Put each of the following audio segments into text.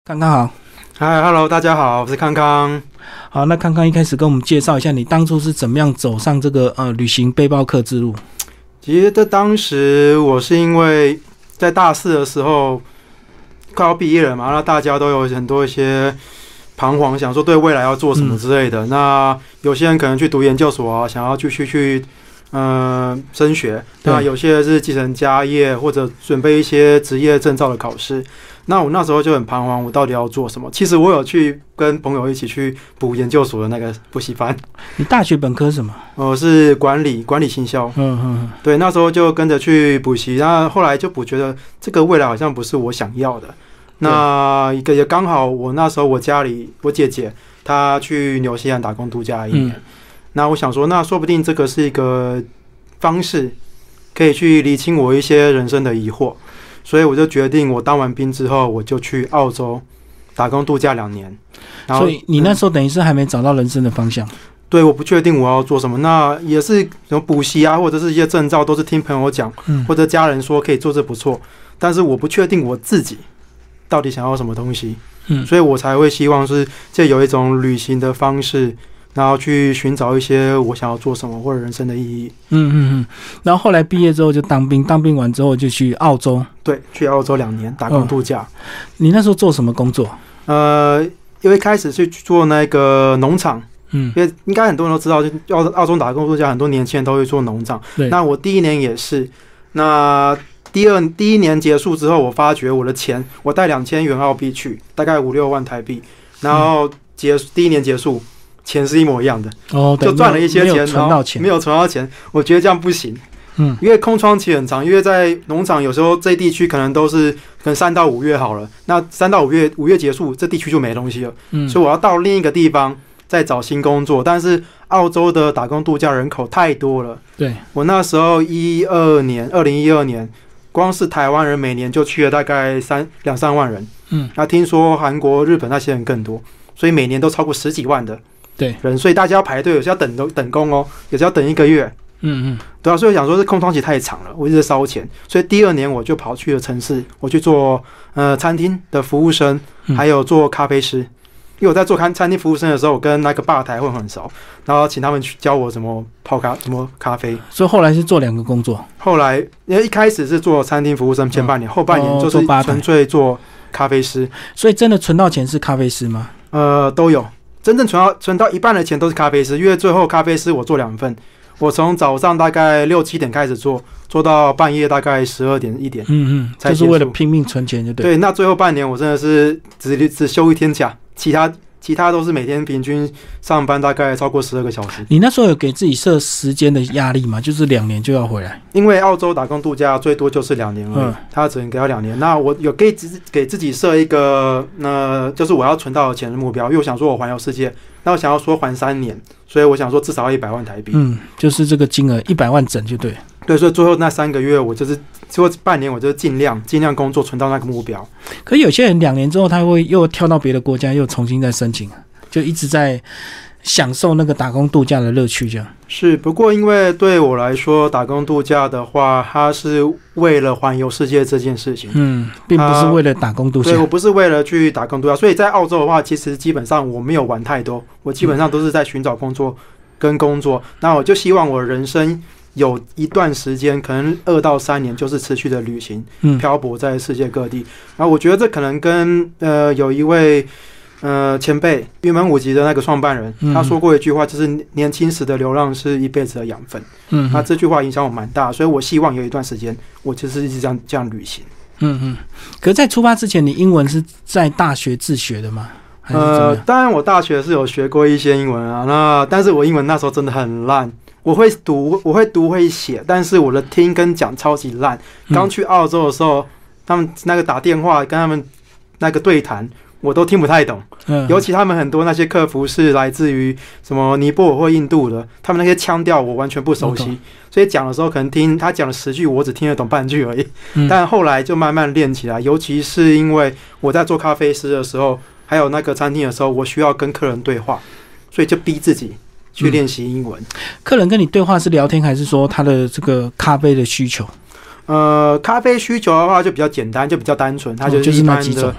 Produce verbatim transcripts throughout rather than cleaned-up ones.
康康好。 嗨 ，Hello， 大家好，我是康康。 好，那康康一开始跟我们介绍一下，你当初是怎么样走上这个呃旅行背包客之路？ 其实在当时，我是因为在大四的时候快要毕业了嘛，那大家都有很多一些彷徨，想说对未来要做什么之类的。嗯、那有些人可能去读研究所啊，想要继续去呃升学；那有些是继承家业，或者准备一些职业证照的考试。那我那时候就很彷徨，我到底要做什么？其实我有去跟朋友一起去补研究所的那个补习班。 你大学本科什么？ 我是管理管理行销。嗯嗯。对，那时候就跟着去补习，然后后来就补觉得这个未来好像不是我想要的。那一个也刚好，我那时候我家里我姐姐她去纽西兰打工度假一年，嗯、那我想说，那说不定这个是一个方式，可以去理清我一些人生的疑惑。所以我就决定，我当完兵之后，我就去澳洲打工度假两年。然后， 所以你那时候等于是还没找到人生的方向。嗯、 对，我不确定我要做什么。那也是什么补习啊，或者是一些证照，都是听朋友讲，嗯、或者家人说可以做这不错。但是我不确定我自己到底想要什么东西。嗯，所以我才会希望是借有一种旅行的方式。然后去寻找一些我想要做什么或者人生的意义。嗯嗯嗯。然后后来毕业之后就当兵，当兵完之后就去澳洲。 对，去澳洲两年打工度假。哦、 你那时候做什么工作？ 呃，因为开始去做那个农场。嗯。因为应该很多人都知道，就澳澳洲打工度假，很多年轻人都会做农场。对。那我第一年也是。那第二第一年结束之后，我发觉我的钱，我带两千元澳币去，大概五六万台币，然后结、嗯、第一年结束。钱是一模一样的，哦，就赚了一些钱， 没有存到钱， 没有存到钱。我觉得这样不行，嗯，因为空窗期很长，因为在农场有时候这地区可能都是可能三到五月好了，那三到五月五月结束，这地区就没东西了，嗯，所以我要到另一个地方再找新工作。但是澳洲的打工度假人口太多了，对，我那时候一二年，二零一二年，光是台湾人每年就去了大概三两三万人，嗯，那听说韩国、日本那些人更多，所以每年都超过十几万的。对人，所以大家要排队，有些要等等工哦，有些要等一个月。嗯嗯，对啊，所以我想说是空窗期太长了，我一直在烧钱，所以第二年我就跑去了城市，我去做呃餐厅的服务生，还有做咖啡师。因为我在做餐餐厅服务生的时候，我跟那个吧台混很熟，然后请他们去教我怎么泡咖，怎么咖啡。 所以后来是做两个工作。 后来因为一开始是做餐厅服务生前半年，哦、后半年就是纯粹做咖啡师。 所以真的存到钱是咖啡师吗？ 呃，都有。真正存到存到一半的钱都是咖啡师，因为最后咖啡师我做两份，我从早上大概六七点开始做，做到半夜大概十二点一点，嗯嗯， 就是为了拼命存钱就对。 对，那最后半年我真的是只只休一天假，其他其他都是每天平均上班大概超过十二个小时。 你那时候有给自己设时间的压力吗？就是两年就要回来？ 因为澳洲打工度假最多就是两年而已，嗯、他只能给到两年。那我有给自给自己设一个，呃，就是我要存到的钱的目标，因为我想说我环游世界，那我想要说还三年，所以我想说至少要一百万台币。 嗯，就是这个金额一百万整就对。 对，所以最后那三个月，我就是最后半年，我就尽量尽量工作，存到那个目标。 可是有些人两年之后，他会又跳到别的国家，又重新再申请，就一直在享受那个打工度假的乐趣，这样。 是，不过因为对我来说，打工度假的话，它是为了环游世界这件事情， 嗯，并不是为了打工度假。 对，我不是为了去打工度假，所以在澳洲的话，其实基本上我没有玩太多，我基本上都是在寻找工作跟工作。嗯、那我就希望我人生有一段时间，可能二到三年，就是持续的旅行，嗯、漂泊在世界各地。然后我觉得这可能跟呃有一位呃前辈云门舞集的那个创办人，嗯、他说过一句话，就是年轻时的流浪是一辈子的养分。嗯，那这句话影响我蛮大，所以我希望有一段时间，我就是一直这样这样旅行。 嗯嗯。可是在出发之前，你英文是在大学自学的吗？ 呃，当然我大学是有学过一些英文啊，那但是我英文那时候真的很烂。我会读，我会读会写，但是我的听跟讲超级烂。刚去澳洲的时候，他们那个打电话跟他们那个对谈，我都听不太懂。嗯，尤其他们很多那些客服是来自于什么尼泊尔或印度的，他们那些腔调我完全不熟悉，所以讲的时候可能听他讲了十句，我只听得懂半句而已。嗯、但后来就慢慢练起来，尤其是因为我在做咖啡师的时候，还有那个餐厅的时候，我需要跟客人对话，所以就逼自己去练习英文。嗯、 客人跟你对话是聊天，还是说他的这个咖啡的需求？ 呃，咖啡需求的话就比较简单，就比较单纯，它就是一般的。哦，就是那几种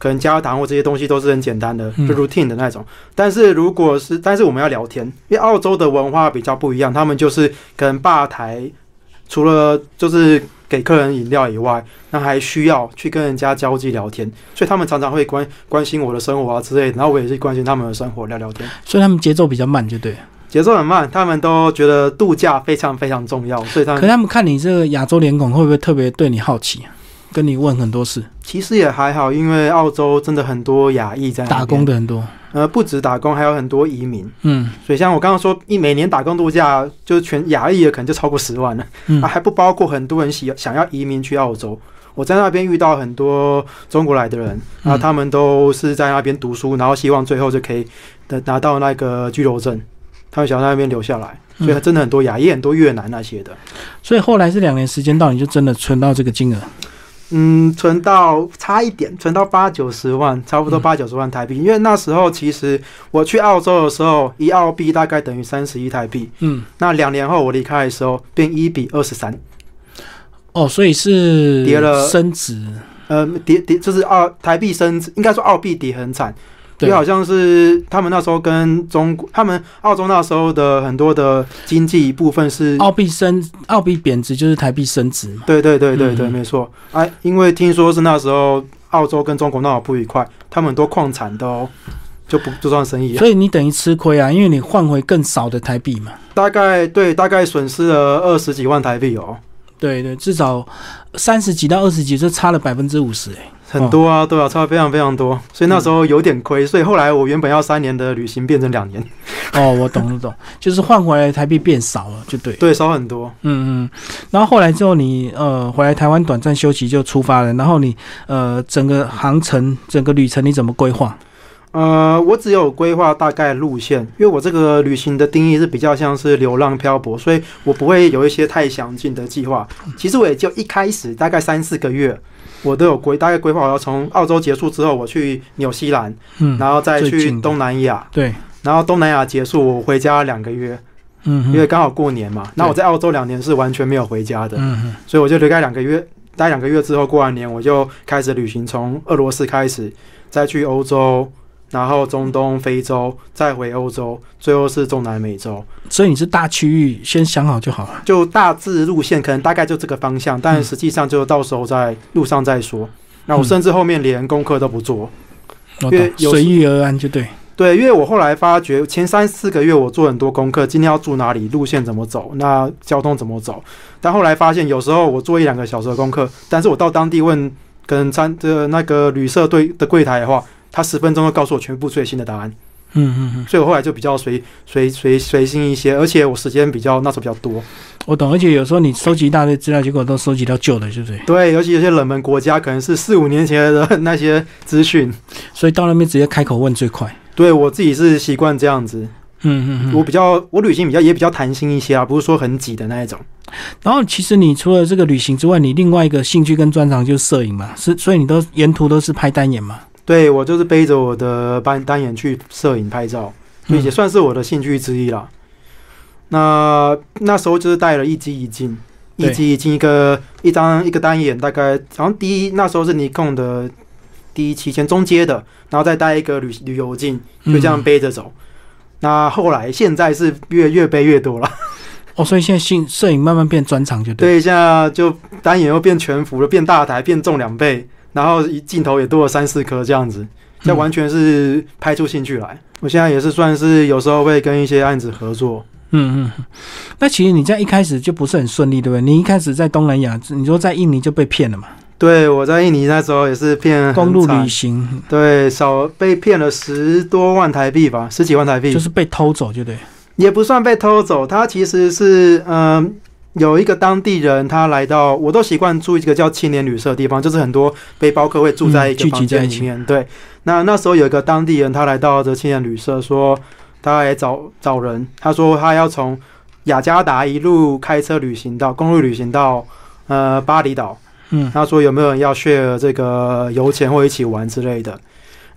可能加糖或这些东西都是很简单的，就 routine 的那种。但是如果是，但是我们要聊天，因为澳洲的文化比较不一样，他们就是可能吧台除了就是给客人饮料以外，那还需要去跟人家交际聊天，所以他们常常会关关心我的生活啊之类的，然后我也是关心他们的生活，聊聊天。 所以他们节奏比较慢，就对了。 节奏很慢，他们都觉得度假非常非常重要，所以他们。 可是他们看你这个亚洲脸孔，会不会特别对你好奇？跟你问很多事？ 其实也还好，因为澳洲真的很多亚裔在那边打工的很多， 呃，不止打工，还有很多移民。 嗯， 所以像我刚刚说，一每年打工度假，就是全亚裔的可能就超过十万了，嗯、啊，还不包括很多人喜想要移民去澳洲。我在那边遇到很多中国来的人，然后他们都是在那边读书，然后希望最后就可以拿到那个居留证，他们想要在那边留下来。所以真的很多亚裔，很多越南那些的。 所以后来是两年时间到，你就真的存到这个金额。 嗯，存到差一点，存到八九十万，差不多八九十万台币。嗯、因为那时候其实我去澳洲的时候，一澳币大概等于三十一台币。嗯，那两年后我离开的时候，变一比二十三。 哦，所以是跌了升值。 呃，跌跌就是澳台币升值，应该说澳币跌很惨。因为好像是他们那时候跟中国，他们澳洲那时候的很多的经济部分是澳币升，澳币贬值就是台币升值嘛。 对对对对对，嗯、没错。啊，因为听说是那时候澳洲跟中国闹得不愉快，他们很多矿产都就不就算生意了。 所以你等于吃亏啊，因为你换回更少的台币嘛。 大概对，大概损失了二十几万台币哦。 对对，至少三十几到二十几，就差了百分之五十哎。 很多啊，对啊，差非常非常多，所以那时候有点亏，所以后来我原本要三年的旅行变成两年。 哦，我懂，我懂，就是换回来台币变少了，就对。 对，少很多。 嗯嗯。然后后来之后你呃回来台湾短暂休息就出发了，然后你呃整个航程、整个旅程你怎么规划？ 呃，我只有规划大概路线，因为我这个旅行的定义是比较像是流浪漂泊，所以我不会有一些太详尽的计划。其实我也就一开始大概三四个月。我都有规大概规划，我要从澳洲结束之后，我去纽西兰，嗯，然后再去东南亚，对，然后东南亚结束，我回家两个月，嗯，因为刚好过年嘛。那我在澳洲两年是完全没有回家的，嗯，所以我就离开两个月，待两个月之后过完年，我就开始旅行，从俄罗斯开始，再去欧洲，然后中东、非洲，再回欧洲，最后是中南美洲。 所以你是大区域先想好就好了， 就大致路线可能大概就这个方向，但实际上就到时候在路上再说。那我甚至后面连功课都不做， 因为随遇而安就对。 对，因为我后来发觉前三四个月我做很多功课，今天要住哪里，路线怎么走，那交通怎么走。但后来发现有时候我做一两个小时的功课，但是我到当地问跟餐的那个旅社对的柜台的话，他十分钟就告诉我全部最新的答案。嗯嗯嗯，所以我后来就比较随随随随性一些，而且我时间比较那时候比较多。 我懂，而且有时候你收集一大堆资料，结果都收集到旧的，对不对？ 对，尤其有些冷门国家可能是四五年前的那些资讯， 所以到那边直接开口问最快。 对，我自己是习惯这样子。嗯嗯嗯，我比较我旅行比较也比较弹性一些啊，不是说很挤的那一种。 然后其实你除了这个旅行之外，你另外一个兴趣跟专长就是摄影嘛，是所以你都沿途都是拍单眼嘛？ 对，我就是背着我的单单眼去摄影拍照，所以也算是我的兴趣之一啦。嗯、那那时候就是带了一机一镜，一机一镜一个一张一个单眼，大概好像第一那时候是尼康的第一期前中阶的，然后再带一个旅旅游镜，就这样背着走。嗯、那后来现在是越越背越多了。 哦，所以现在摄影慢慢变专长就对。 对，现在就单眼又变全幅了，变大台，变重两倍。然后镜头也多了三四颗这样子，这完全是拍出兴趣来。嗯、我现在也是算是有时候会跟一些案子合作。 嗯嗯，那其实你这样一开始就不是很顺利，对不对？你一开始在东南亚，你说在印尼就被骗了嘛？ 对，我在印尼那时候也是骗公路旅行， 对，少被骗了十多万台币吧，十几万台币， 就是被偷走，就对。 也不算被偷走，他其实是嗯。呃有一个当地人，他来到，我都习惯住一个叫青年旅社的地方，就是很多背包客会住在一个房间里面。嗯、对，那那时候有一个当地人，他来到这青年旅社，说他来找找人，他说他要从雅加达一路开车旅行到公路旅行到呃巴厘岛。嗯，他说有没有人要 share 这个油钱或一起玩之类的。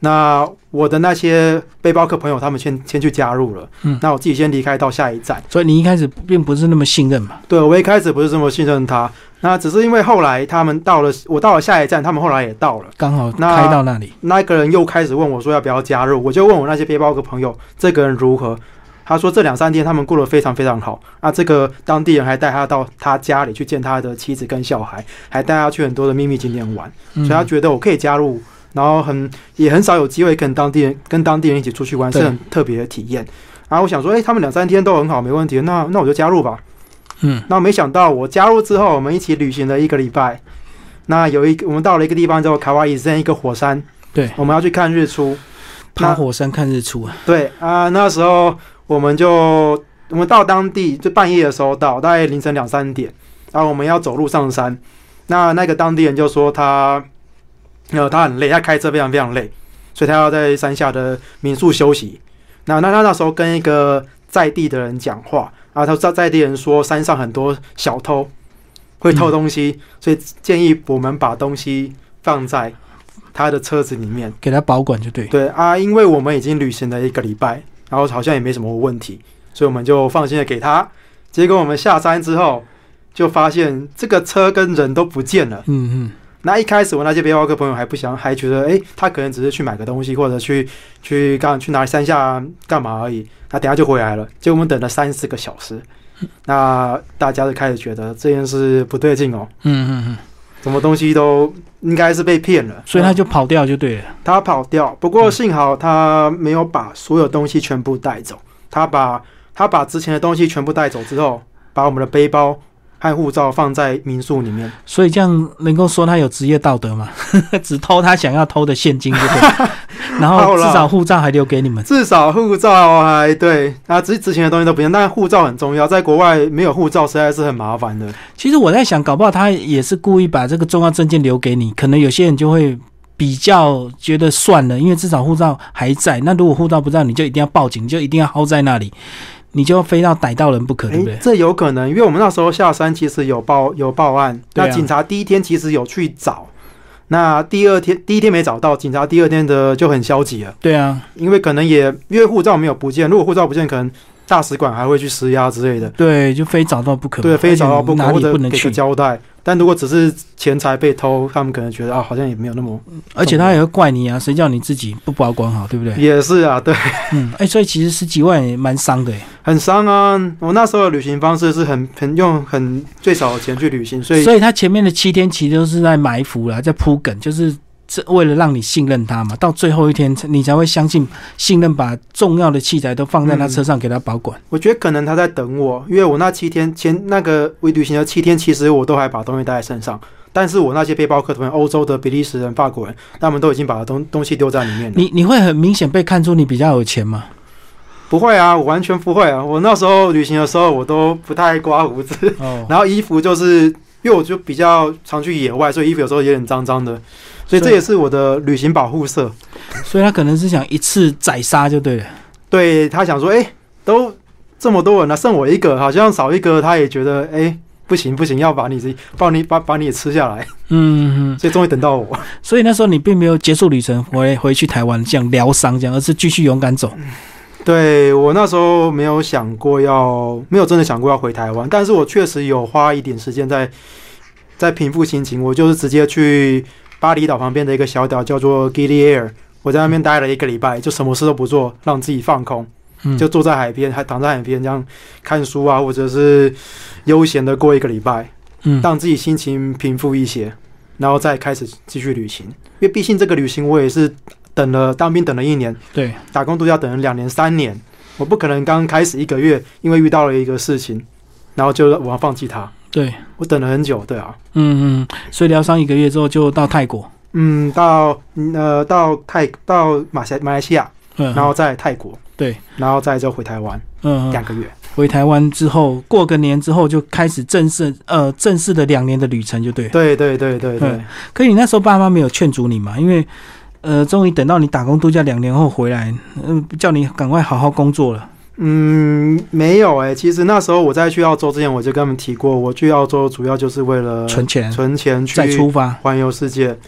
那我的那些背包客朋友他们先先去加入了，嗯，那我自己先离开到下一站。 所以你一开始并不是那么信任嘛？ 对，我一开始不是这么信任他，那只是因为后来他们到了，我到了下一站，他们后来也到了， 刚好开到那里。 那个人又开始问我说要不要加入，我就问我那些背包客朋友这个人如何。他说这两三天他们过得非常非常好啊，这个当地人还带他到他家里去见他的妻子跟小孩，还带他去很多的秘密景点玩，嗯、所以他觉得我可以加入，然后很也很少有机会跟当地人跟当地人一起出去玩，是很特别的体验。然后我想说，哎、欸，他们两三天都很好，没问题，那那我就加入吧。嗯，那没想到我加入之后，我们一起旅行了一个礼拜。那有一个我们到了一个地方叫卡瓦伊森，一个火山， 对， 我们要去看日出， 爬火山看日出啊。 对啊，那时候。我们就我们到当地就半夜的时候到，大概凌晨两三点，然后我们要走路上山。那那个当地人就说他，呃，他很累，他开车非常非常累，所以他要在山下的民宿休息。那那他那时候跟一个在地的人讲话，然后他在地人说山上很多小偷会偷东西，嗯、所以建议我们把东西放在他的车子里面， 给他保管就对。 对啊，因为我们已经旅行了一个礼拜。然后好像也没什么问题，所以我们就放心的给他。结果我们下山之后，就发现这个车跟人都不见了。嗯嗯。那一开始我那些背包客朋友还不想，还觉得，哎，他可能只是去买个东西，或者去去干去哪里山下干嘛而已。他等下就回来了。结果我们等了三四个小时，那大家就开始觉得这件事不对劲哦。嗯嗯嗯。什么东西都应该是被骗了， 所以他就跑掉就对了。 他跑掉，不过幸好他没有把所有东西全部带走。他把他把之前的东西全部带走之后，把我们的背包和护照放在民宿里面。 所以这样能够说他有职业道德吗？只偷他想要偷的现金就对，然后至少护照还留给你们。 至少护照还对，他之之前的东西都不用，但护照很重要，在国外没有护照实在是很麻烦的。 其实我在想，搞不好他也是故意把这个重要证件留给你，可能有些人就会比较觉得算了，因为至少护照还在。那如果护照不在，你就一定要报警，就一定要耗在那里。你就非要逮到人不可，对不对？ 这有可能，因为我们那时候下山其实有报有报案，那警察第一天其实有去找，那第二天第一天没找到，警察第二天的就很消极了。 对啊， 因为可能也因为护照没有不见，如果护照不见，可能大使馆还会去施压之类的。 对，就非找到不可。 对，非找到不可， 哪里不能去？ 或者给个交代。但如果只是钱财被偷，他们可能觉得啊，好像也没有那么， 而且他也会怪你啊，谁叫你自己不保管好，对不对？ 也是啊，对， 嗯，哎、欸，所以其实十几万也蛮伤的， 很伤啊。我那时候的旅行方式是很很用很最少的钱去旅行，所以所以他前面的七天其实都是在埋伏啦，在铺梗，就是为了让你信任他嘛。到最后一天，你才会相信信任，把重要的器材都放在他车上给他保管。嗯、 我觉得可能他在等我，因为我那七天前那个我旅行的七天，其实我都还把东西带在身上。但是我那些背包客朋友，欧洲的、比利时人、法国人，他们都已经把东东西丢在里面了。 你你会很明显被看出你比较有钱吗？ 不会啊，我完全不会啊。我那时候旅行的时候，我都不太刮胡子，哦、然后衣服就是因为我就比较常去野外，所以衣服有时候有点脏脏的，所以这也是我的旅行保护色。 所以他可能是想一次宰杀就对了。 对，他想说，哎、欸，都这么多人了，剩我一个，好像少一个，他也觉得，哎、欸。不行不行，要把你自己把你把把你也吃下来。嗯嗯，所以终于等到我。 所以那时候你并没有结束旅程，回回去台湾这样疗伤这样，而是继续勇敢走。 对，我那时候没有想过要，没有真的想过要回台湾，但是我确实有花一点时间在在平复心情。我就是直接去巴厘岛旁边的一个小岛叫做 Gili Air， 我在那边待了一个礼拜，就什么事都不做，让自己放空。就坐在海边，还躺在海边这样看书啊，或者是悠闲的过一个礼拜，嗯，让自己心情平复一些，然后再开始继续旅行。因为毕竟这个旅行我也是等了当兵等了一年， 对，打工度假等了两年三年，我不可能刚开始一个月因为遇到了一个事情，然后就我要放弃它。 对， 我等了很久，对啊， 嗯嗯，所以疗伤一个月之后就到泰国， 嗯，到呃到泰到马来马来西亚，嗯，然后在泰国。 对， 然后再就回台湾，嗯，两个月。 回台湾之后，过个年之后就开始正式呃正式的两年的旅程，就对。 对对对对对。嗯、 可是你那时候爸妈没有劝阻你嘛？因为呃，终于等到你打工度假两年后回来，嗯、呃，叫你赶快好好工作了。 嗯，没有哎、欸。其实那时候我在去澳洲之前，我就跟他们提过，我去澳洲主要就是为了存钱， 存钱去再出发环游世界。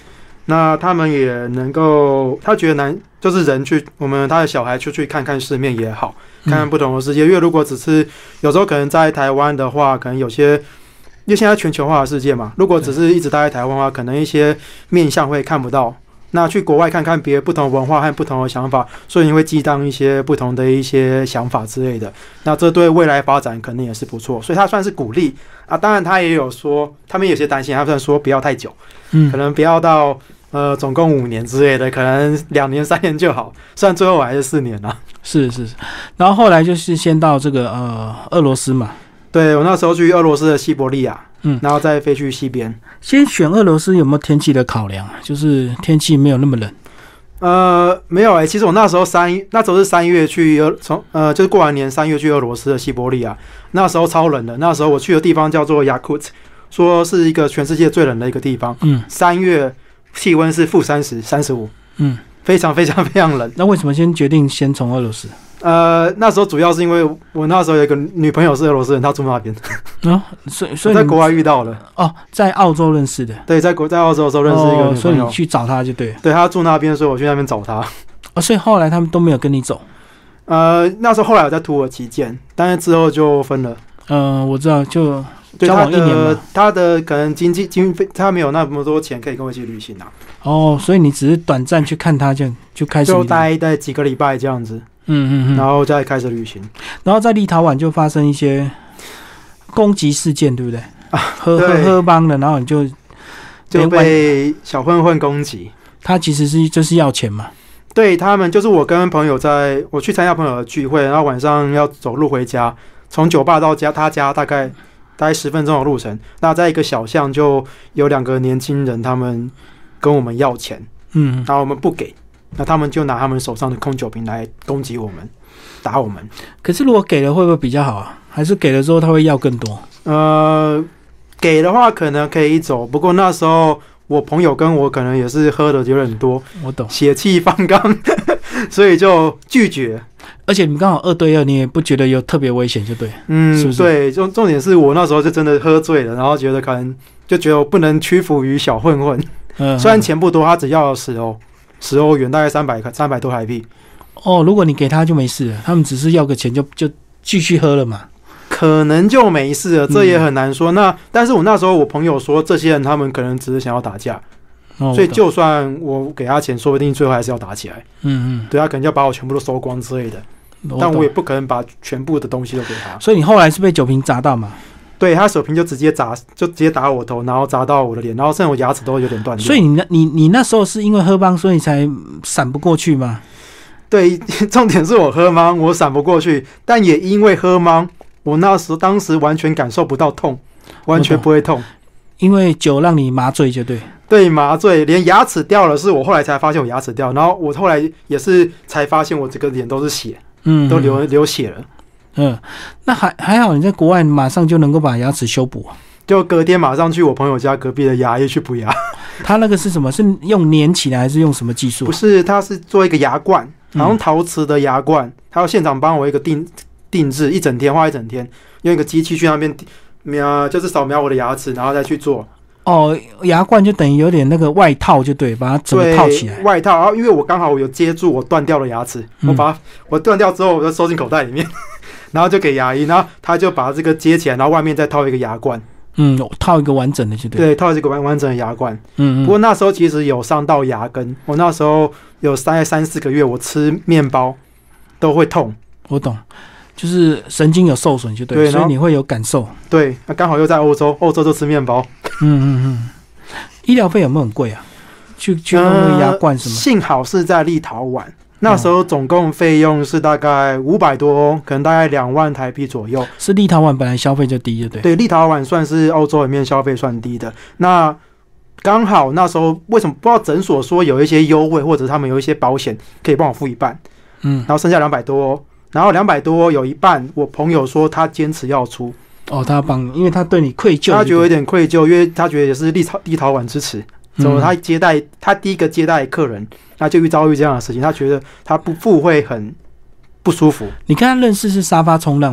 那他们也能够，他觉得难，就是人去我们他的小孩出去看看世面也好，看看不同的世界。因为如果只是有时候可能在台湾的话，可能有些。因为现在全球化的世界嘛，如果只是一直待在台湾的话，可能一些面向会看不到。那去国外看看别不同文化和不同的想法，所以你会激荡一些不同的一些想法之类的。那这对未来发展可能也是不错，所以他算是鼓励啊。当然他也有说，他们有些担心，他算说不要太久，嗯，可能不要到呃总共五年之类的，可能两年三年就好。虽然最后我还是四年啊。 是是是，然后后来就是先到这个呃俄罗斯嘛。 对，我那时候去俄罗斯的西伯利亚，嗯，然后再飞去西边。 先选俄罗斯有没有天气的考量？就是天气没有那么冷。 呃，没有哎、欸，其实我那时候三那时候是三月去俄，从呃就是过完年三月去俄罗斯的西伯利亚，那时候超冷的。那时候我去的地方叫做雅库茨，说是一个全世界最冷的一个地方。嗯，三月气温是负三十、三十五，嗯，非常非常非常冷。 那为什么先决定先从俄罗斯？ 呃，那时候主要是因为我那时候有一个女朋友是俄罗斯人，她住那边。 哦，所以所以在国外遇到了。 哦，在澳洲认识的。 对，在国在澳洲的时候认识一个女朋友、哦， 所以你去找她就对了。 对，她住那边，所以我去那边找她。 哦，所以后来他们都没有跟你走。 呃，那时候后来我在土耳其见，但是之后就分了。 嗯、呃，我知道，就交往一年嘛。 他的可能经济经费，他没有那么多钱可以跟我一起旅行啊。 哦，所以你只是短暂去看他，就就开始就待待几个礼拜这样子。嗯嗯嗯，然后再开始旅行， 然后在立陶宛就发生一些攻击事件，对不对？啊，喝喝喝帮的，然后你就就被小混混攻击。 他其实是就是要钱嘛。 对他们，就是我跟朋友在，我去参加朋友的聚会，然后晚上要走路回家，从酒吧到家他家大概大概十分钟的路程。那在一个小巷就有两个年轻人，他们跟我们要钱，嗯，然后我们不给。那他们就拿他们手上的空酒瓶来攻击我们，打我们。 可是如果给了会不会比较好啊？还是给了之后他会要更多？ 呃，给的话可能可以走，不过那时候我朋友跟我可能也是喝的有点多， 我懂， 血气方刚，所以就拒绝。 而且你们刚好二对二，你也不觉得有特别危险，就对， 嗯， 是不是？ 对，重重点是我那时候就真的喝醉了，然后觉得可能就觉得我不能屈服于小混混。嗯，虽然钱不多，他只要十欧。十欧元大概三百三百多台币。 哦，如果你给他就没事了，他们只是要个钱就就继续喝了嘛， 可能就没事了，这也很难说。嗯、那但是我那时候我朋友说，这些人他们可能只是想要打架，哦、所以就算我给他钱，说不定最后还是要打起来。嗯嗯，对他可能要把我全部都收光之类的，我但我也不可能把全部的东西都给他。 所以你后来是被酒瓶砸到嘛？ 对，他手瓶就直接砸，就直接打我头，然后砸到我的脸，然后甚至我牙齿都有点断掉。 所以你那你你那时候是因为喝帮，所以才闪不过去吗？ 对，重点是我喝懵，我闪不过去，但也因为喝懵，我那时当时完全感受不到痛，完全不会痛， 因为酒让你麻醉就对。 对，麻醉，连牙齿掉了，是我后来才发现我牙齿掉，然后我后来也是才发现我整个脸都是血，嗯，都流流血了。 嗯，那还还好，你在国外马上就能够把牙齿修补、啊， 就隔天马上去我朋友家隔壁的牙医去补牙。 他那个是什么？是用粘起来还是用什么技术？ 不是，他是做一个牙冠，好像陶瓷的牙冠，他要现场帮我一个定定制，一整天花一整天，用一个机器去那边描，就是扫描我的牙齿，然后再去做。 哦，牙冠就等于有点那个外套，就对，把它整个套起来。 外套，然后因为我刚好我有接住我断掉的牙齿，嗯、我把它我断掉之后，我就收进口袋里面。然后就给牙医，然后他就把这个接起来，然后外面再套一个牙冠， 嗯，套一个完整的就对， 对，套一个完完整的牙冠，嗯, 嗯。不过那时候其实有伤到牙根，我那时候有大概三四个月，我吃面包都会痛。 我懂，就是神经有受损就对，对，所以你会有感受。 对，那刚好又在欧洲，欧洲就吃面包。嗯嗯嗯。医疗费有没有很贵啊？去去弄那个牙冠什么、呃？ 幸好是在立陶宛。那时候总共费用是大概五百多欧，可能大概两万台币左右。 是立陶宛本来消费就低的，对。 对，立陶宛算是欧洲里面消费算低的。那刚好那时候为什么不知道诊所说有一些优惠，或者他们有一些保险可以帮我付一半，嗯，然后剩下两百多欧，然后两百多有一半，我朋友说他坚持要出。 哦，他帮，因为他对你愧疚， 他觉得有点愧疚，因为他觉得也是立陶立陶宛支持。怎么他接待他第一个接待客人，那就遇遭遇这样的事情，他觉得他不付会很不舒服。 你跟他认识是沙发冲浪吗？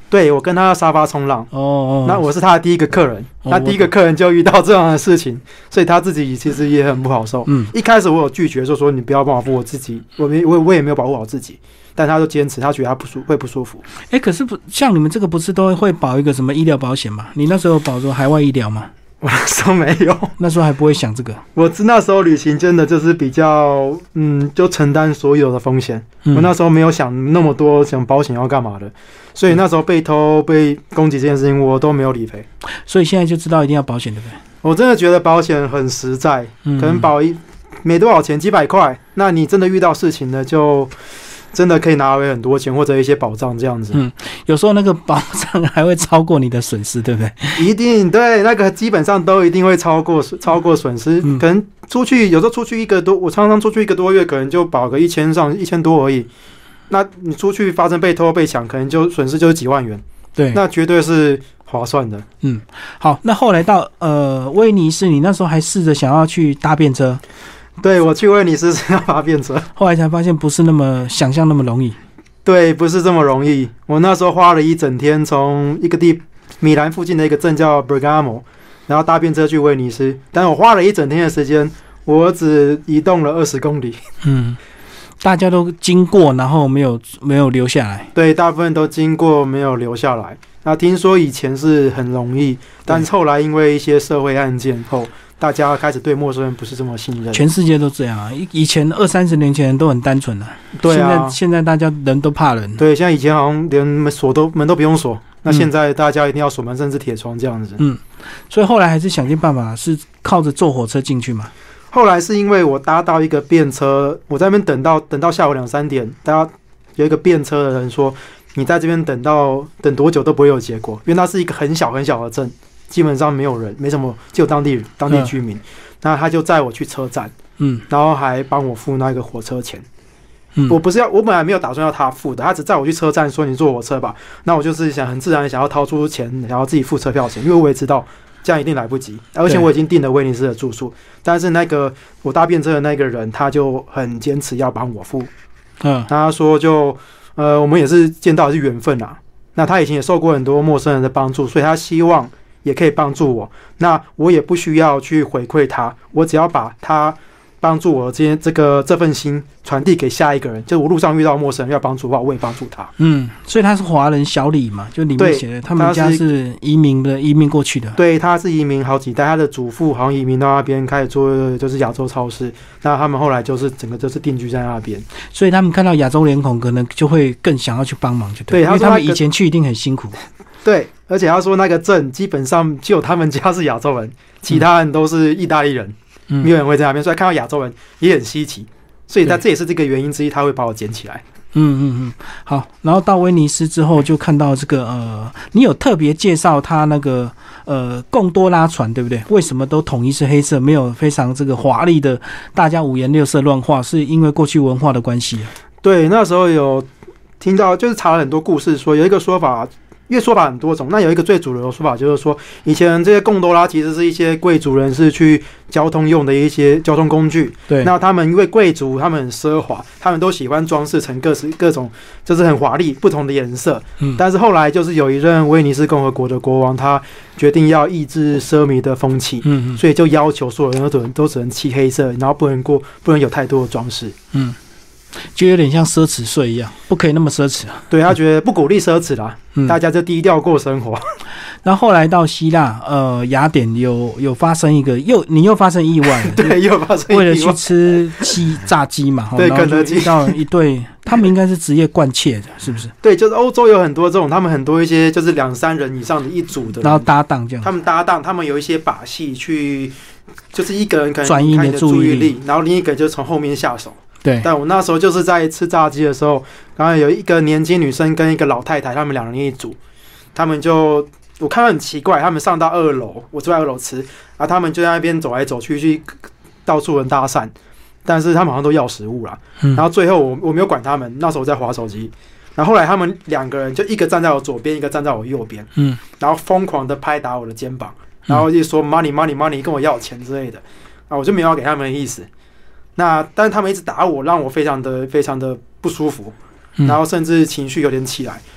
对，我跟他沙发冲浪。 哦哦， 那我是他的第一个客人， 哦、 那第一个客人就遇到这样的事情，所以他自己其实也很不好受。嗯，一开始我有拒绝说说你不要帮我付，我自己，我没我我也没有保护好自己。但他就坚持，他觉得他不舒会不舒服。 哎、欸，可是不像你们这个不是都会保一个什么医疗保险吗？你那时候保说海外医疗吗？ 我那时候没有， 那时候还不会想这个。 我那时候旅行真的就是比较，嗯，就承担所有的风险、嗯。我那时候没有想那么多，想保险要干嘛的，所以那时候被偷、被攻击这件事情，我都没有理赔。 所以现在就知道一定要保险，对不对？ 我真的觉得保险很实在，嗯、可能保一没多少钱，几百块，那你真的遇到事情呢，就。真的可以拿回很多钱或者一些保障这样子。 嗯，有时候那个保障还会超过你的损失，对不对？ 一定对，那个基本上都一定会超过超过损失、嗯。可能出去有时候出去一个多，我常常出去一个多月，可能就保个一千上一千多而已。那你出去发生被偷被抢，可能就损失就是几万元。对，那绝对是划算的。 嗯，好，那后来到呃威尼斯，你那时候还试着想要去搭便车。 对，我去威尼斯是要搭便车， 后来才发现不是那么想象那么容易。 对，不是这么容易。我那时候花了一整天，从一个地米兰附近的一个镇叫 Bergamo， 然后搭便车去威尼斯。但我花了一整天的时间，我只移动了二十公里。 嗯，大家都经过，然后没有没有留下来。 对，大部分都经过，没有留下来。那听说以前是很容易，但是后来因为一些社会案件后。大家开始对陌生人不是这么信任， 全世界都这样啊！以前二三十年前都很单纯啊，对啊，现在现在大家人都怕人。 对，现在以前好像连锁都门都不用锁，那现在大家一定要锁门，甚至铁窗这样子。 嗯，所以后来还是想尽办法，是靠着坐火车进去嘛。 后来是因为我搭到一个便车，我在那边等到等到下午两三点，大家有一个便车的人说，你在这边等到等多久都不会有结果，因为那是一个很小很小的镇。基本上没有人，没什么，只有当地当地居民、嗯。那他就载我去车站，嗯，然后还帮我付那个火车钱。嗯，我不是要，我本来没有打算要他付的，他只载我去车站说你坐火车吧。那我就是想很自然想要掏出钱，然后自己付车票钱，因为我也知道这样一定来不及，而且我已经订了威尼斯的住宿。但是那个我搭便车的那个人，他就很坚持要帮我付。嗯，他说就呃，我们也是见到的是缘分啊。那他以前也受过很多陌生人的帮助，所以他希望。也可以帮助我，那我也不需要去回馈他，我只要把他帮助我这这个这份心传递给下一个人。就我路上遇到陌生人要帮助的话，我也帮助他。 嗯，所以他是华人小李嘛，就里面写的，他们家是移民的，移民过去的。 对，他是移民好几代，他的祖父好像移民到那边开始做就是亚洲超市，那他们后来就是整个就是定居在那边。 所以他们看到亚洲脸孔，可能就会更想要去帮忙，就对， 对， 因为他们以前去一定很辛苦。 对，而且他说那个镇基本上只有他们家是亚洲人，其他人都是意大利人，嗯、没有人会在那边，所以看到亚洲人也很稀奇，所以他这也是这个原因之一，他会把我捡起来。 嗯嗯嗯，好，然后到威尼斯之后就看到这个呃，你有特别介绍他那个呃贡多拉船，对不对？为什么都统一是黑色，没有非常这个华丽的，大家五颜六色乱画，是因为过去文化的关系、啊？ 对，那时候有听到，就是查了很多故事，说有一个说法。因为说法很多种，那有一个最主流的说法就是说，以前这些贡多拉其实是一些贵族人士去交通用的一些交通工具。对，那他们因为贵族，他们很奢华，他们都喜欢装饰成各式各种，就是很华丽、不同的颜色。嗯，但是后来就是有一任威尼斯共和国的国王，他决定要抑制奢靡的风气，嗯，所以就要求所有人都只能都只能漆黑色，然后不能过，不能有太多的装饰。嗯。 就有点像奢侈税一样，不可以那么奢侈啊。 对，他觉得不鼓励奢侈啦，嗯、大家就低调过生活。 然后后来到希腊，呃，雅典有有发生一个又你又发生意外了， 对，又发生意外， 为了去吃鸡炸鸡嘛， 对，肯德基遇到一对，他们应该是职业惯窃的，是不是？ 对，就是欧洲有很多这种，他们很多一些就是两三人以上的一组的， 然后搭档这样， 他们搭档，他们有一些把戏去，就是一个人可能转移你的注意力， 然后另一个就从后面下手。 对， 但我那时候就是在吃炸鸡的时候，然后有一个年轻女生跟一个老太太，他们两人一组，他们就我看到很奇怪，他们上到二楼，我坐在二楼吃，然后他们就在那边走来走去，去到处人搭讪，但是他们好像都要食物啦。嗯、然后最后我我没有管他们，那时候我在滑手机，然后后来他们两个人就一个站在我左边，一个站在我右边，嗯，然后疯狂的拍打我的肩膀，然后就说 money money money 跟我要钱之类的，啊，我就没有要给他们的意思。那但是他们一直打我，让我非常的非常的不舒服，然后甚至情绪有点起来。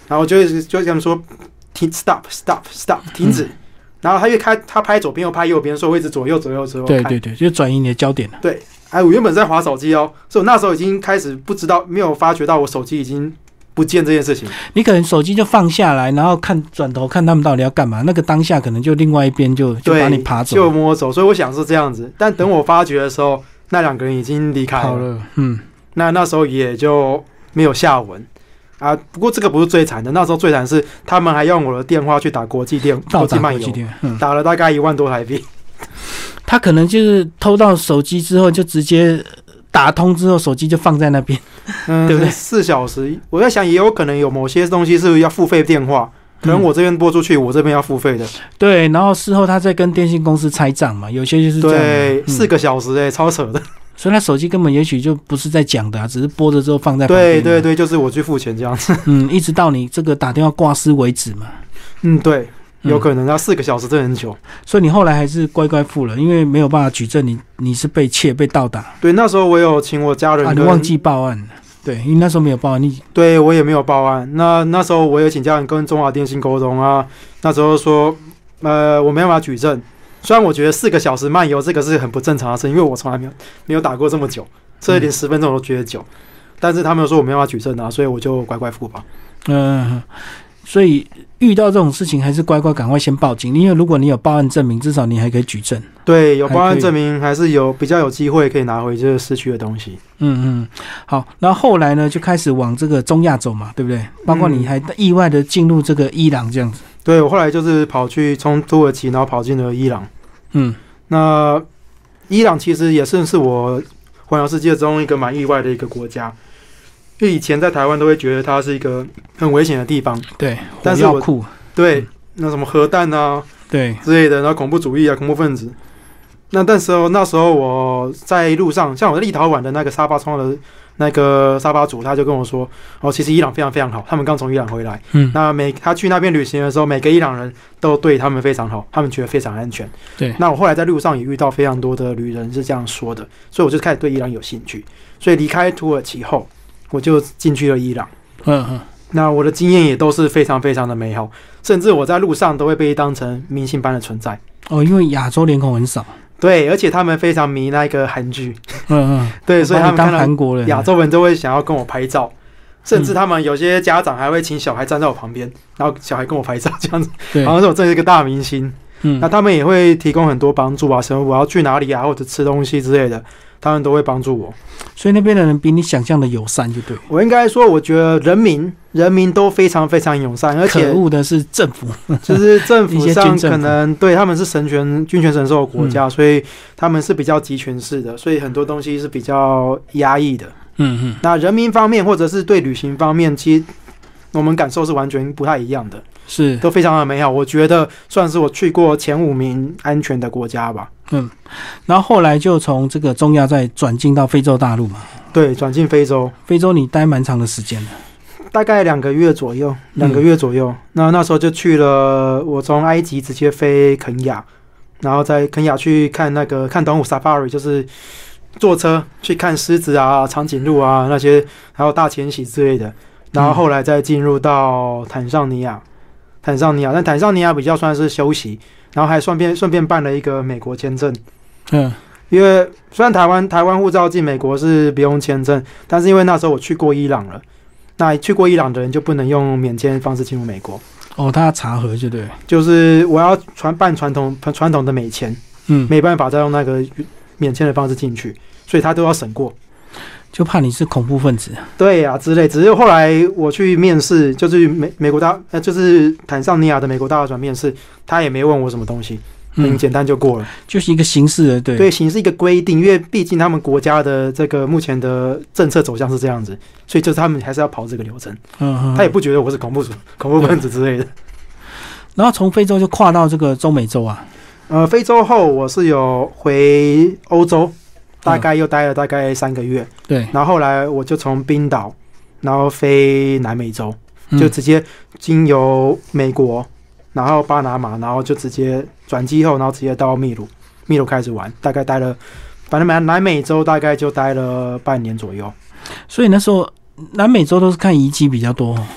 然后就就跟他们说停 ，stop stop stop， 停止。嗯、然后他越开，他拍左边又拍右边，所以我一直左右左右左右看。 对对对，就转移你的焦点了。 对，哎，我原本在滑手机哦，所以我那时候已经开始不知道，没有发觉到我手机已经不见这件事情。 你可能手机就放下来，然后看转头看他们到底要干嘛，那个当下可能就另外一边就就把你爬走， 就摸走。所以我想是这样子，但等我发觉的时候，那两个人已经离开了。 好了，嗯， 那那时候也就没有下文。啊，不过这个不是最惨的，那时候最惨是他们还用我的电话去打国际电国际漫游，嗯、打了大概一万多台币。 他可能就是偷到手机之后，就直接打通之后，手机就放在那边，嗯，对不对？ 四小时，我在想，也有可能有某些东西是要付费电话，可能我这边拨出去，嗯、我这边要付费的。 对，然后事后他再跟电信公司拆账嘛，有些就是这样。 对，嗯、四个小时哎、欸，超扯的。 所以他手机根本也许就不是在讲的、啊，只是拨着之后放在旁边。 对对对，就是我去付钱这样子。 嗯，一直到你这个打电话挂失为止嘛。 嗯，对，有可能要四个小时，真的很久。 所以你后来还是乖乖付了，因为没有办法举证你你是被窃被盗打。 对，那时候我有请我家人、 啊，你忘记报案了。对，因为那时候没有报案，你对我也没有报案。那那时候我有请家人跟中华电信沟通啊，那时候说，呃，我没办法举证。虽然我觉得四个小时漫游这个是很不正常的事，因为我从来没有没有打过这么久，这连十分钟我都觉得久。嗯、但是他们说我没办法举证啊，所以我就乖乖付吧。 嗯，所以遇到这种事情还是乖乖赶快先报警，因为如果你有报案证明，至少你还可以举证。 对，有报案证明还是有比较有机会可以拿回这个失去的东西。 嗯嗯，好，然后后来呢就开始往这个中亚走嘛，对不对？包括你还意外的进入这个伊朗这样子。 对，我后来就是跑去从土耳其，然后跑进了伊朗。嗯，那伊朗其实也算是我环游世界中一个蛮意外的一个国家，因为以前在台湾都会觉得它是一个很危险的地方， 对， 但是我酷对、嗯、那什么核弹啊， 对之类的，然后恐怖主义啊，恐怖分子。那但是那时候我在路上，像我在立陶宛的那个沙发窗的那个沙发主，他就跟我说，哦，其实伊朗非常非常好，他们刚从伊朗回来，嗯，那每他去那边旅行的时候，每个伊朗人都对他们非常好，他们觉得非常安全。 对， 那我后来在路上也遇到非常多的旅人是这样说的，所以我就开始对伊朗有兴趣。所以离开土耳其后，我就进去了伊朗。嗯嗯，那我的经验也都是非常非常的美好，甚至我在路上都会被当成明星般的存在。 哦，因为亚洲脸孔很少。 对，而且他们非常迷那个韩剧， 嗯嗯， 对，所以他们看到韩国人， 亚洲人都会想要跟我拍照，甚至他们有些家长还会请小孩站在我旁边，然后小孩跟我拍照，这样子，好像是我真是一个大明星。嗯，那他们也会提供很多帮助啊，什么我要去哪里啊，或者吃东西之类的，他们都会帮助我。 所以那边的人比你想象的友善，就对。 我应该说，我觉得人民人民都非常非常友善，而且可恶的是政府， 就是政府上可能对他们是神权君权神授的国家，嗯、所以他们是比较集权式的，所以很多东西是比较压抑的。嗯嗯。那人民方面或者是对旅行方面，其实我们感受是完全不太一样的。 是， 都非常的美好，我觉得算是我去过前五名安全的国家吧。 嗯，然后后来就从这个中亚再转进到非洲大陆嘛。 对，转进非洲。 非洲你待蛮长的时间的， 大概两个月左右，两个月左右。嗯、那那时候就去了，我从埃及直接飞肯亚，然后在肯亚去看那个看短舞 safari， 就是坐车去看狮子啊、长颈鹿啊那些，还有大迁徙之类的。然后后来再进入到坦桑尼亚。坦桑尼亚，但坦桑尼亚比较算是休息，然后还顺便顺便办了一个美国签证。嗯，因为虽然台湾台湾护照进美国是不用签证，但是因为那时候我去过伊朗了，那去过伊朗的人就不能用免签方式进入美国。 哦，他要查核就对了， 就是我要传办传统传统的美签，嗯，没办法再用那个免签的方式进去，所以他都要审过。 就怕你是恐怖分子， 对呀、啊、之类。只是后来我去面试，就是美美国大呃，就是坦桑尼亚的美国大使馆面试，他也没问我什么东西，很简单就过了，嗯、 就是一个形式的，对对， 形式一个规定，因为毕竟他们国家的这个目前的政策走向是这样子，所以就是他们还是要跑这个流程。嗯嗯，他也不觉得我是恐怖恐怖分子之类的。 然后从非洲就跨到这个中美洲啊， 呃，非洲后我是有回欧洲。大概又待了大概三个月， 对， 然后后来我就从冰岛，然后飞南美洲，就直接经由美国，然后巴拿马，然后就直接转机后，然后直接到秘鲁，秘鲁开始玩，大概待了，反正南美洲大概就待了半年左右。 所以那时候南美洲都是看遗迹比较多。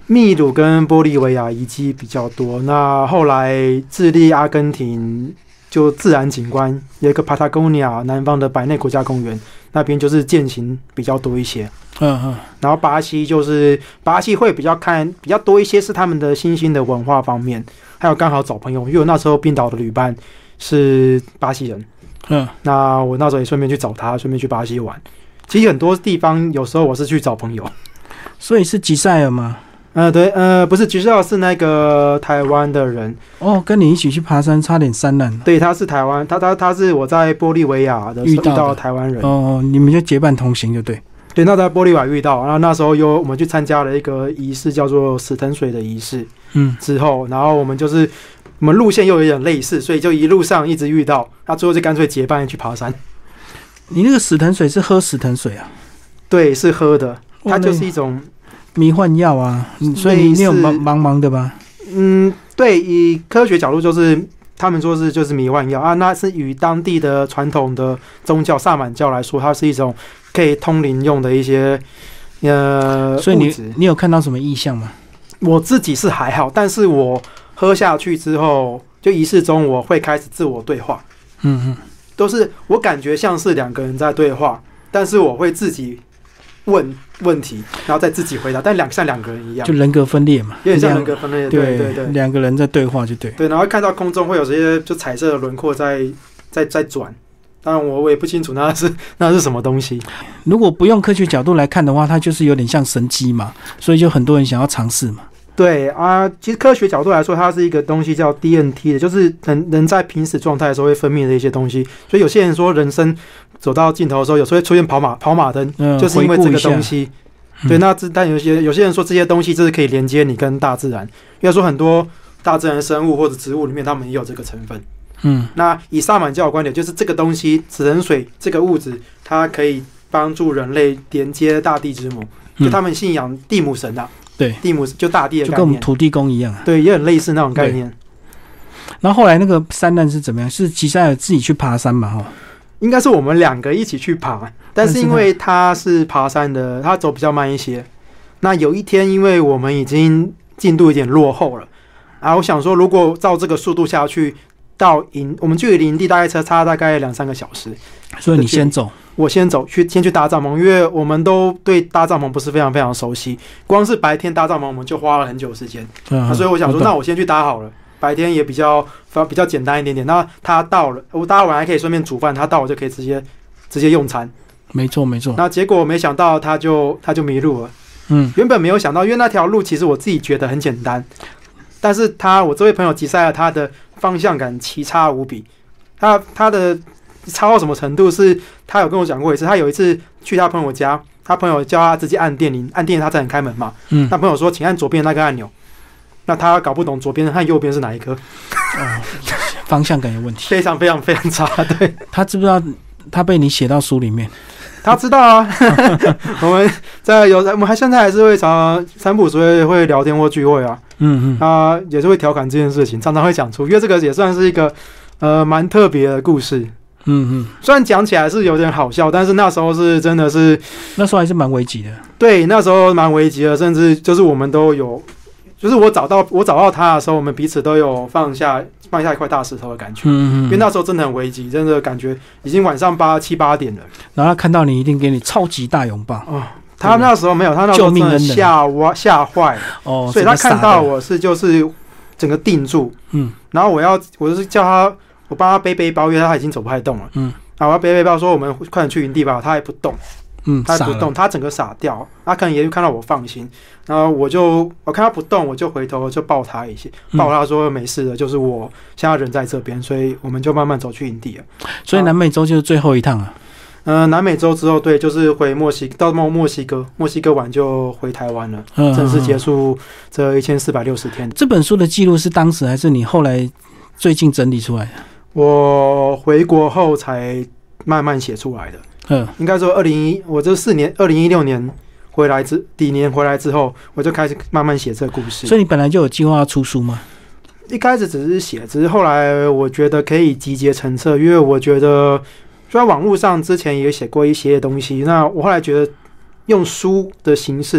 秘鲁跟玻利维亚遗迹比较多，那后来智利、阿根廷就自然景观有一个 Patagonia 南方的百内国家公园，那边就是践行比较多一些。 嗯嗯， 然后巴西就是巴西会比较看比较多一些是他们的新兴的文化方面，还有刚好找朋友，因为我那时候冰岛的旅伴是巴西人， 嗯， 那我那时候也顺便去找他，顺便去巴西玩。其实很多地方有时候我是去找朋友， 所以是吉赛尔吗？ 呃，对，呃，不是，吉赛尔是那个台湾的人哦，跟你一起去爬山，差点山难。 对，他是台湾，他他他是我在玻利维亚的时候遇到的台湾人。 哦，你们就结伴同行就对。 对，那在玻利维亚遇到，然后那时候有我们去参加了一个仪式，叫做死藤水的仪式。嗯，之后，然后我们就是我们路线又有点类似，所以就一路上一直遇到，那最后就干脆结伴去爬山。 你那个死藤水是喝死藤水啊？ 对，是喝的，它就是一种迷幻药啊，所以你你有茫茫茫的吧？ 嗯，对，以科学角度就是他们说是就是迷幻药啊，那是与当地的传统的宗教萨满教来说，它是一种可以通灵用的一些呃所以你物质。 你有看到什么异象吗？ 我自己是还好，但是我喝下去之后，就仪式中我会开始自我对话。嗯嗯，都是我感觉像是两个人在对话，但是我会自己问问题，然后再自己回答，但两像两个人一样， 就人格分裂嘛， 有点像人格分裂。对对对， 两个人在对话就对。 对，然后看到空中会有这些就彩色的轮廓在在在转，当然我我也不清楚那是那是什么东西。 如果不用科学角度来看的话，它就是有点像神机嘛，所以就很多人想要尝试嘛。 对啊，其实科学角度来说，它是一个东西叫 D N T 的，就是人人在濒死状态的时候会分泌的一些东西。所以有些人说，人生走到尽头的时候，有时候会出现跑马跑马灯，嗯、就是因为这个东西。对，那但有些有些人说这些东西就是可以连接你跟大自然，因为说很多大自然生物或者植物里面，它们也有这个成分。嗯，那以萨满教的观点，就是这个东西死藤水这个物质，它可以帮助人类连接大地之母，就他们信仰地母神啊。对，地母就大地的概念， 就跟我们土地公一样、啊， 对，也很类似那种概念。 然后后来那个山难是怎么样？是吉赛尔自己去爬山嘛？哈， 应该是我们两个一起去爬，但是因为他是爬山的，他走比较慢一些。那有一天，因为我们已经进度有点落后了，啊，我想说，如果照这个速度下去，到营我们距离营地大概车差大概两三个小时， 所以你先走。 我先走去，先去搭帐篷，因为我们都对搭帐篷不是非常非常熟悉。光是白天搭帐篷，我们就花了很久时间、嗯啊。所以我想说，那我先去搭好了，白天也比较比较简单一点点。那他到了，我搭完还可以顺便煮饭，他到我就可以直接直接用餐。 没错没错。 那结果没想到他就他就迷路了。嗯，原本没有想到，因为那条路其实我自己觉得很简单，但是他我这位朋友吉赛尔他的方向感奇差无比，他他的。差到什么程度？是他有跟我讲过一次，他有一次去他朋友家，他朋友叫他直接按电铃，按电铃他才能开门嘛。嗯，他朋友说请按左边那个按钮，那他搞不懂左边和右边是哪一颗， 哦，方向感有问题， 非常非常非常差。对， 他知不知道他被你写到书里面？ 他知道啊，我们在有我们还现在还是会常常三不五时会会聊天或聚会啊，嗯嗯，他也是会调侃这件事情，常常会讲出，因为这个也算是一个呃蛮特别的故事。嗯嗯，虽然讲起来是有点好笑，但是那时候是真的是， 那时候还是蛮危急的。 对，那时候蛮危急的，甚至就是我们都有，就是我找到我找到他的时候，我们彼此都有放下放下一块大石头的感觉。嗯嗯，因为那时候真的很危急，真的感觉已经晚上八七八点了。 然后他看到你，一定给你超级大拥抱。哦， 他那时候没有，他那时候真的吓哇吓坏了。哦，所以他看到我是就是整个定住。嗯，然后我要我就是叫他。我帮他背背包，因为他已经走不太动了。嗯，啊，我要背背包，说我们快点去营地吧。他也不动，嗯，他也不动，他整个傻掉。他可能也看到我放心，然后我就我看他不动，我就回头就抱他一些，抱他说没事的，就是我现在人在这边，所以我们就慢慢走去营地了。 所以南美洲就是最后一趟啊。 嗯、呃，南美洲之后，对，就是回墨西到墨墨西哥，墨西哥完就回台湾了，嗯、正式结束这一千四百六十天。 这本书的记录是当时还是你后来最近整理出来的？ 我回国后才慢慢写出来的。嗯，应该说二零一，我这四年，二零一六年回来之底年回来之后，我就开始慢慢写这个故事。 所以你本来就有计划要出书吗？ 一开始只是写，只是后来我觉得可以集结成册，因为我觉得虽然网络上之前也写过一些东西，那我后来觉得用书的形式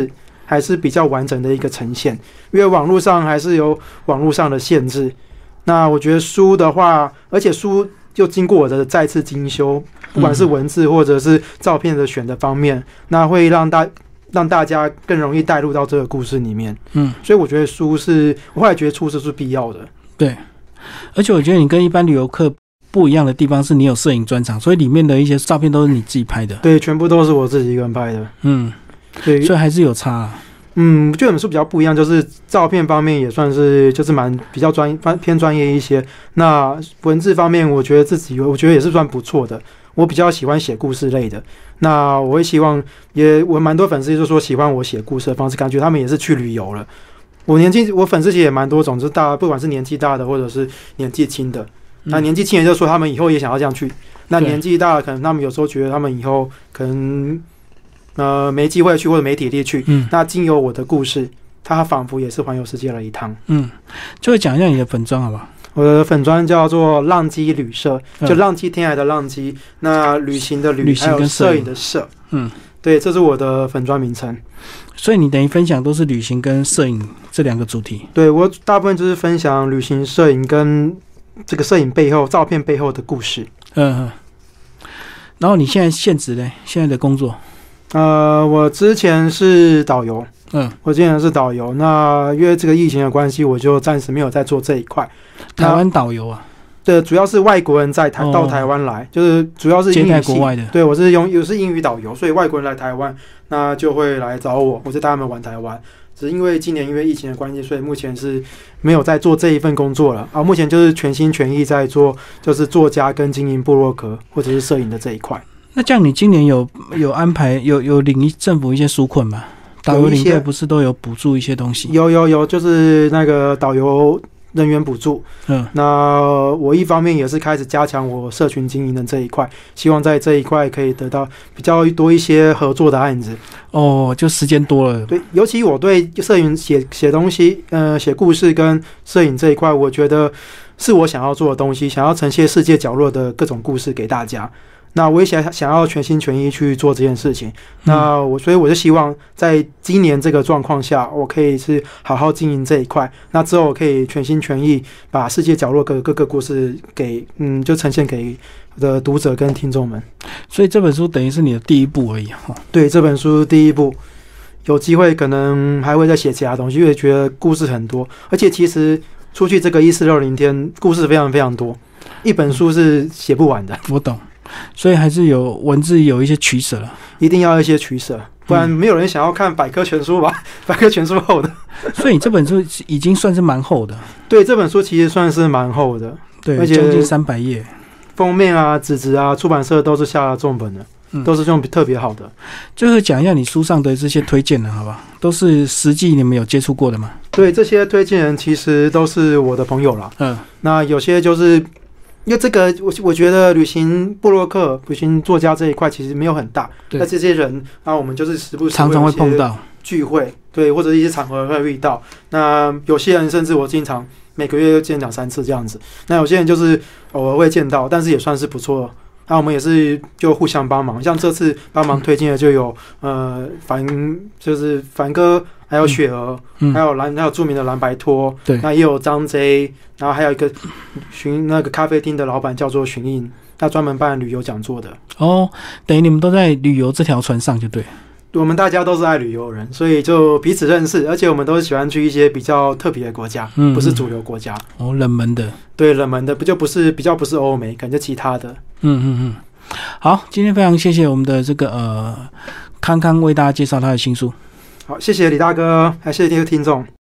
还是比较完整的一个呈现，因为网络上还是有网络上的限制。那我觉得书的话，而且书就经过我的再次精修，不管是文字或者是照片的选的方面，那会让大让大家更容易带入到这个故事里面。嗯，所以我觉得书是，我后来觉得出书是必要的。 对，而且我觉得你跟一般旅游客不一样的地方是你有摄影专场，所以里面的一些照片都是你自己拍的。 对，全部都是我自己一个人拍的。嗯， 对，所以还是有差啊。 嗯，就本书比较不一样，就是照片方面也算是就是蛮比较专偏专业一些。那文字方面，我觉得自己我觉得也是算不错的。我比较喜欢写故事类的，那我会希望也我蛮多粉丝就说喜欢我写故事的方式，感觉他们也是去旅游了。我年纪我粉丝其实也蛮多种，就是大不管是年纪大的或者是年纪轻的。那年纪轻人就说他们以后也想要这样去，那年纪大了可能他们有时候觉得他们以后可能。呃，没机会去或者没体力去，嗯，那经由我的故事，它仿佛也是环游世界了一趟。 嗯，就会讲一下你的粉专好不好？ 我的粉专叫做浪迹旅社，就浪迹天涯的浪迹，那旅行的旅， 旅行跟摄影的摄。嗯，对，这是我的粉专名称。 所以你等于分享都是旅行跟摄影这两个主题。 对，我大部分就是分享旅行、摄影跟这个摄影背后、照片背后的故事。嗯， 然后你现在现职呢？现在的工作？ 呃，我之前是导游，嗯，我之前是导游。那因为这个疫情的关系，我就暂时没有在做这一块。 台湾导游啊？ 对，主要是外国人在台、哦、到台湾来，就是主要是英语系接待国外的。 对，我是用我是英语导游，所以外国人来台湾，那就会来找我，我就带他们玩台湾。只是因为今年因为疫情的关系，所以目前是没有在做这一份工作了啊。目前就是全心全意在做，就是作家跟经营部落格或者是摄影的这一块。 那这样，你今年有有安排有有领政府一些纾困吗？导游领队不是都有补助一些东西？ 有有有，就是那个导游人员补助。嗯，那我一方面也是开始加强我社群经营的这一块，希望在这一块可以得到比较多一些合作的案子。 哦，就时间多了。 对，尤其我对摄影写写东西，呃，写故事跟摄影这一块，我觉得是我想要做的东西，想要呈现世界角落的各种故事给大家。那我也想想要全心全意去做这件事情，那我所以我就希望在今年这个状况下，我可以是好好经营这一块。那之后我可以全心全意把世界角落各各个故事给嗯，就呈现给我的读者跟听众们。 所以这本书等于是你的第一部而已哈。 对，这本书第一部，有机会可能还会再写其他东西，因为觉得故事很多，而且其实出去这个一四六零天，故事非常非常多，一本书是写不完的。 我懂。所以还是有文字有一些取舍了， 一定要一些取舍，不然没有人想要看百科全书吧？嗯、百科全书厚的， 所以你这本书已经算是蛮厚的。 对，这本书其实算是蛮厚的， 对，而且将近三百页， 封面啊、纸质啊，出版社都是下了重本的，嗯、都是用特别好的。 最后讲一下你书上的这些推荐人，好吧？都是实际你们有接触过的吗？ 对，这些推荐人其实都是我的朋友啦。嗯，那有些就是。因为这个，我我觉得旅行部落客、旅行作家这一块其实没有很大。那这些人，那我们就是时不时常常会碰到聚会，对，或者一些场合会遇到。那有些人甚至我经常每个月见两三次这样子。那有些人就是偶尔会见到，但是也算是不错。那我们也是就互相帮忙，像这次帮忙推荐的就有呃凡，就是凡哥，还有雪儿，嗯、还有蓝，还有著名的蓝白拖，对，那也有张 J， 然后还有一个巡那个咖啡厅的老板叫做巡印，他专门办旅游讲座的。 哦，等于你们都在旅游这条船上就对。 我们大家都是爱旅游的人，所以就彼此认识，而且我们都喜欢去一些比较特别的国家，嗯、不是主流国家。 哦，冷门的。对， 冷门的不就不是比较不是欧美，感觉其他的。 嗯嗯嗯。好，今天非常谢谢我们的这个呃康康为大家介绍他的新书。 好，谢谢李大哥，还谢谢听众。